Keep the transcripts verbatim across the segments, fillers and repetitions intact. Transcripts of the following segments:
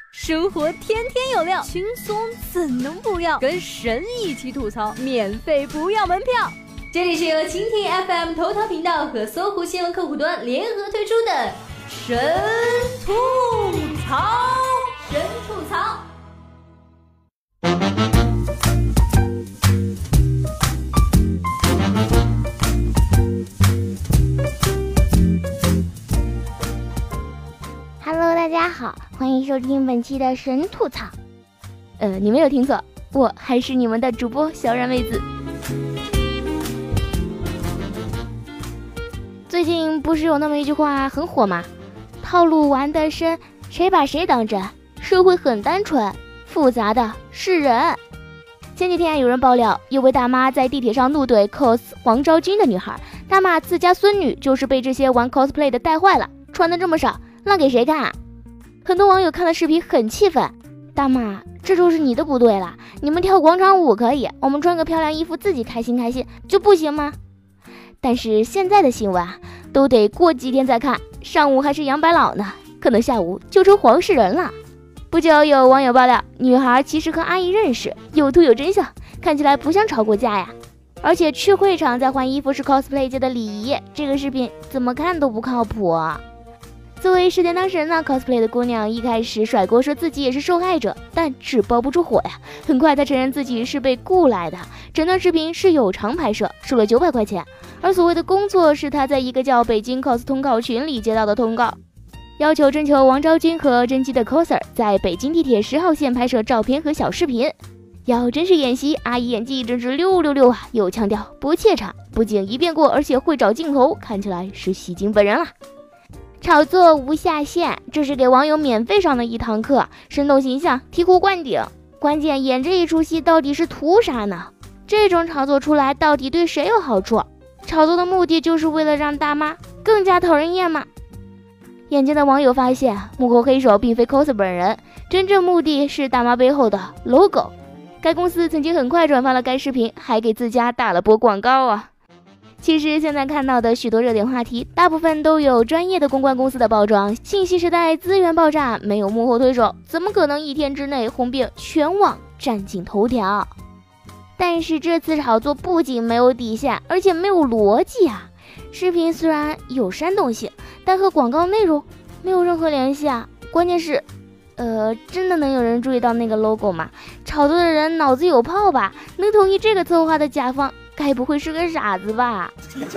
生活天天有料，轻松怎能不要？跟神一起吐槽，免费不要门票。这里是由蜻蜓 F M 头条频道和搜狐新闻客户端联合推出的神吐槽，神吐槽。 Hello， 大家好，欢迎收听本期的神吐槽。呃，你没有听错，我还是你们的主播小冉妹子。最近不是有那么一句话很火吗？套路玩得深，谁把谁当真？社会很单纯，复杂的是人。前几天有人爆料，有位大妈在地铁上怒怼 cos 黄昭君的女孩，大骂自家孙女就是被这些玩 cosplay 的带坏了，穿得这么少，那给谁看啊？很多网友看了视频很气愤，大妈，这就是你的不对了，你们跳广场舞可以，我们穿个漂亮衣服自己开心开心就不行吗？但是现在的新闻啊，都得过几天再看，上午还是杨白劳呢，可能下午就成黄世仁了。不久有网友爆料，女孩其实和阿姨认识，有图有真相，看起来不像吵过架呀。而且去会场再换衣服是 cosplay 界的礼仪，这个视频怎么看都不靠谱啊。作为事件当事人呢 ，cosplay 的姑娘一开始甩锅说自己也是受害者，但纸包不住火呀。很快她承认自己是被雇来的，整段视频是有偿拍摄，收了九百块钱。而所谓的工作是她在一个叫北京 cos 通告群里接到的通告，要求征求王昭君和甄姬的 coser 在北京地铁十号线拍摄照片和小视频。要真是演习，阿姨演技真是六六六啊，有腔调不怯场，不仅一遍过，而且会找镜头，看起来是戏精本人了。炒作无下限，这是给网友免费上的一堂课，生动形象，醍醐灌顶。关键演这一出戏到底是图啥呢？这种炒作出来到底对谁有好处？炒作的目的就是为了让大妈更加讨人厌吗？眼尖的网友发现，幕后黑手并非 cos 本人，真正目的是大妈背后的 logo。 该公司曾经很快转发了该视频，还给自家打了波广告啊。其实现在看到的许多热点话题，大部分都有专业的公关公司的包装。信息时代资源爆炸，没有幕后推手，怎么可能一天之内红遍全网，占尽头条？但是这次炒作不仅没有底线，而且没有逻辑啊！视频虽然有煽动性，但和广告内容没有任何联系啊！关键是，呃，真的能有人注意到那个 logo 吗？炒作的人脑子有泡吧？能同意这个策划的甲方，该不会是个傻子吧？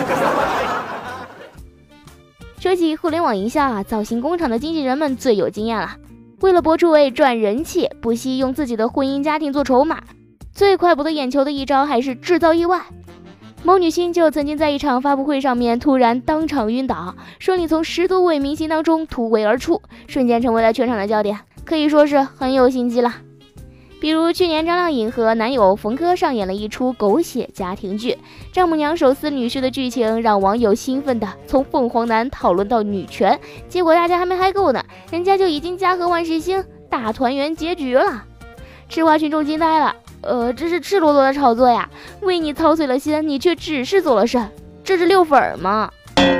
说起互联网营销啊，造型工厂的经纪人们最有经验了。为了博出位赚人气，不惜用自己的婚姻家庭做筹码。最快博得眼球的一招还是制造意外。某女星就曾经在一场发布会上面突然当场晕倒，顺利从十多位明星当中突围而出，瞬间成为了全场的焦点，可以说是很有心机了。比如去年张靓颖和男友冯轲上演了一出狗血家庭剧，丈母娘手撕女婿的剧情让网友兴奋的从凤凰男讨论到女权，结果大家还没嗨够呢，人家就已经家和万事兴，大团圆结局了。吃瓜群众惊呆了，呃，这是赤裸裸的炒作呀！为你操碎了心，你却只是做了肾，这是溜粉吗？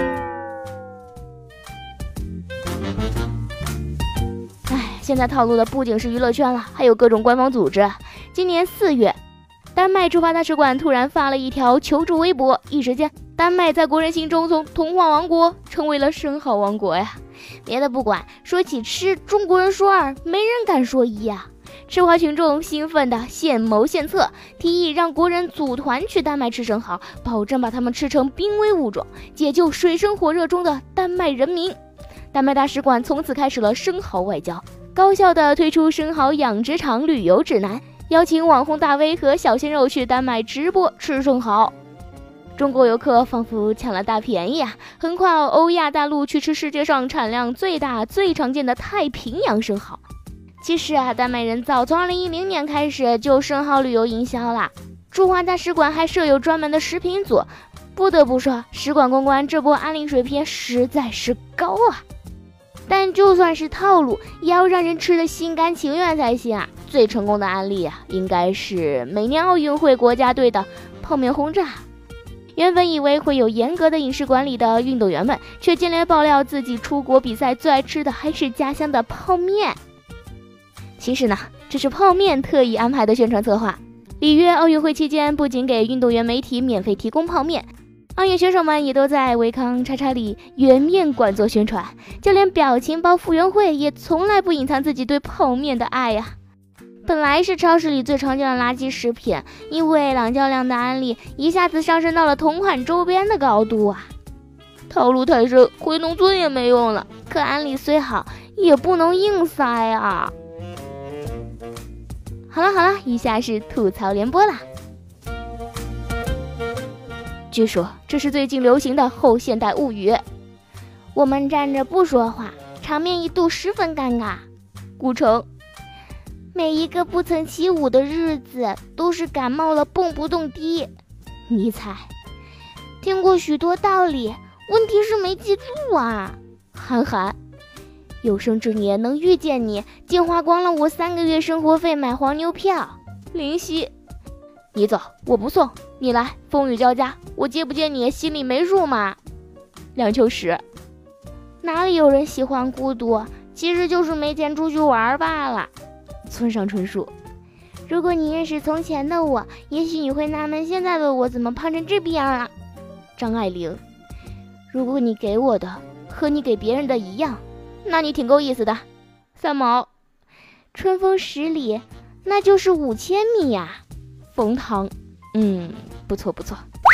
现在套路的不仅是娱乐圈了，还有各种官方组织。今年四月，丹麦驻华大使馆突然发了一条求助微博，一时间丹麦在国人心中从童话王国成为了生蚝王国呀！别的不管，说起吃，中国人说二，没人敢说一呀！吃瓜群众兴奋的献谋献策，提议让国人组团去丹麦吃生蚝，保证把他们吃成濒危物种，解救水深火热中的丹麦人民。丹麦大使馆从此开始了生蚝外交，高效地推出生蚝养殖场旅游指南，邀请网红大 V 和小鲜肉去丹麦直播吃生蚝。中国游客仿佛抢了大便宜啊，横跨欧亚大陆去吃世界上产量最大最常见的太平洋生蚝。其实啊，丹麦人早从二零一零年开始就生蚝旅游营销啦，驻华大使馆还设有专门的食品组。不得不说，使馆公关这波安利水平实在是高啊！但就算是套路，也要让人吃得心甘情愿才行啊！最成功的案例啊，应该是每年奥运会国家队的泡面轰炸。原本以为会有严格的饮食管理的运动员们，却接连爆料自己出国比赛最爱吃的还是家乡的泡面。 其实呢，这是泡面特意安排的宣传策划。里约奥运会期间，不仅给运动员媒体免费提供泡面，奥运选手们也都在维康叉叉里原面馆做宣传，就连表情包傅园慧也从来不隐藏自己对泡面的爱呀、啊。本来是超市里最常见的垃圾食品，因为朗较量的安利一下子上升到了同款周边的高度啊！套路太深，回农村也没用了。可安利虽好，也不能硬塞啊！好了好了，以下是吐槽联播啦。据说这是最近流行的后现代物语。我们站着不说话，场面一度十分尴尬。古城，每一个不曾起舞的日子，都是感冒了蹦不动迪。尼采，听过许多道理，问题是没记住啊。韩寒，有生之年能遇见你，竟花光了我三个月生活费买黄牛票。林夕，你走我不送，你来风雨交加，我接不接你心里没数吗？梁秋实，哪里有人喜欢孤独，其实就是没钱出去玩罢了。村上春树，如果你认识从前的我，也许你会纳闷现在的我怎么胖成这逼样了。张爱玲，如果你给我的和你给别人的一样，那你挺够意思的。三毛，春风十里，那就是五千米呀、啊。冯唐，嗯，不错不错。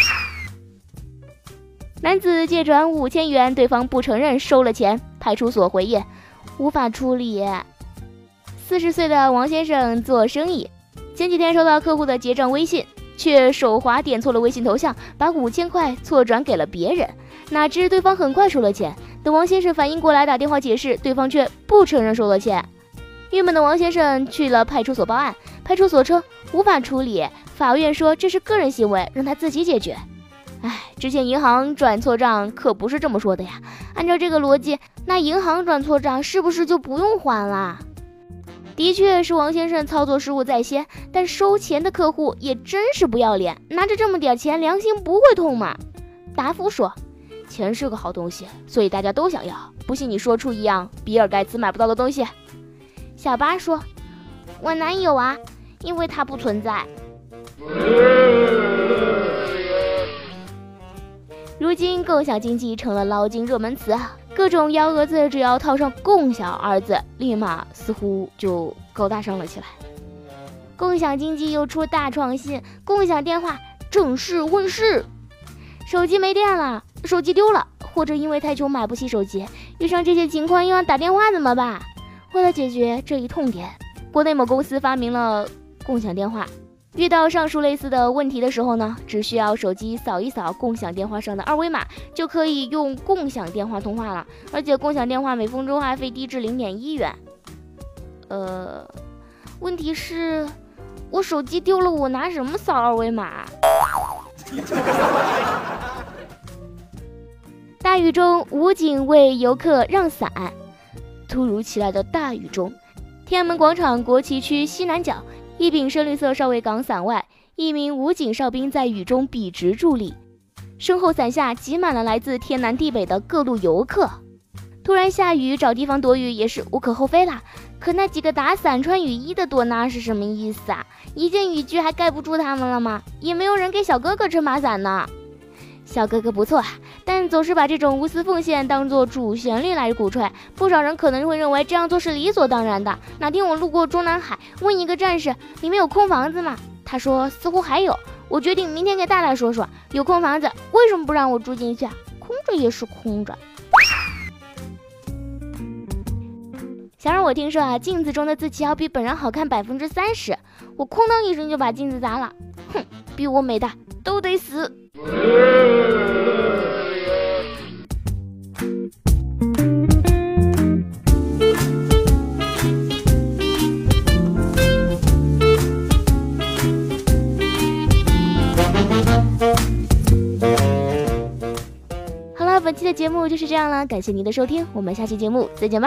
男子借转五千元，对方不承认收了钱，派出所回应无法处理。四十岁的王先生做生意，前几天收到客户的结账微信，却手滑点错了微信头像，把五千块错转给了别人。哪知对方很快收了钱，等王先生反应过来打电话解释，对方却不承认收了钱。郁闷的王先生去了派出所报案，派出所称无法处理，法院说这是个人行为，让他自己解决。哎，之前银行转错账可不是这么说的呀，按照这个逻辑，那银行转错账是不是就不用还啦？的确是王先生操作失误在先，但收钱的客户也真是不要脸，拿着这么点钱，良心不会痛吗？达夫说，钱是个好东西，所以大家都想要，不信你说出一样比尔盖茨买不到的东西。小八说，我男友啊，因为他不存在。如今共享经济成了捞金热门词，各种幺蛾子只要套上共享二字，立马似乎就高大上了起来。共享经济又出大创新，共享电话正式问世。手机没电了，手机丢了，或者因为太穷买不起手机，遇上这些情况又要打电话怎么办？为了解决这一痛点，国内某公司发明了共享电话。遇到上述类似的问题的时候呢，只需要手机扫一扫共享电话上的二维码，就可以用共享电话通话了，而且共享电话每分钟还费低至零点一元。呃，问题是，我手机丢了，我拿什么扫二维码？大雨中，武警为游客让伞。突如其来的大雨中，天安门广场国旗区西南角一柄深绿色少尉岗伞外，一名武警哨兵在雨中笔直伫立，身后伞下挤满了来自天南地北的各路游客。突然下雨，找地方躲雨也是无可厚非啦。可那几个打伞穿雨衣的躲那是什么意思啊？一件雨具还盖不住他们了吗？也没有人给小哥哥撑把伞呢。小哥哥不错啊，但总是把这种无私奉献当作主旋律来鼓吹，不少人可能会认为这样做是理所当然的。哪天我路过中南海，问一个战士里面有空房子吗？他说似乎还有。我决定明天给大大说说，有空房子为什么不让我住进去？空着也是空着。想让我听说啊，镜子中的自己要比本人好看百分之三十，我哐当一声就把镜子砸了。哼，比我美的都得死。好了，本期的节目就是这样了，感谢您的收听，我们下期节目再见吧。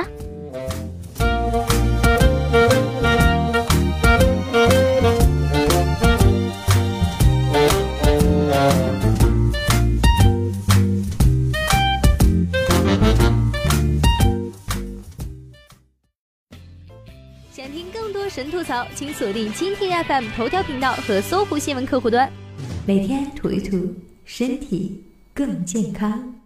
想听更多神吐槽，请锁定蜻蜓 F M 头条频道和搜狐新闻客户端，每天吐一吐，身体更健康。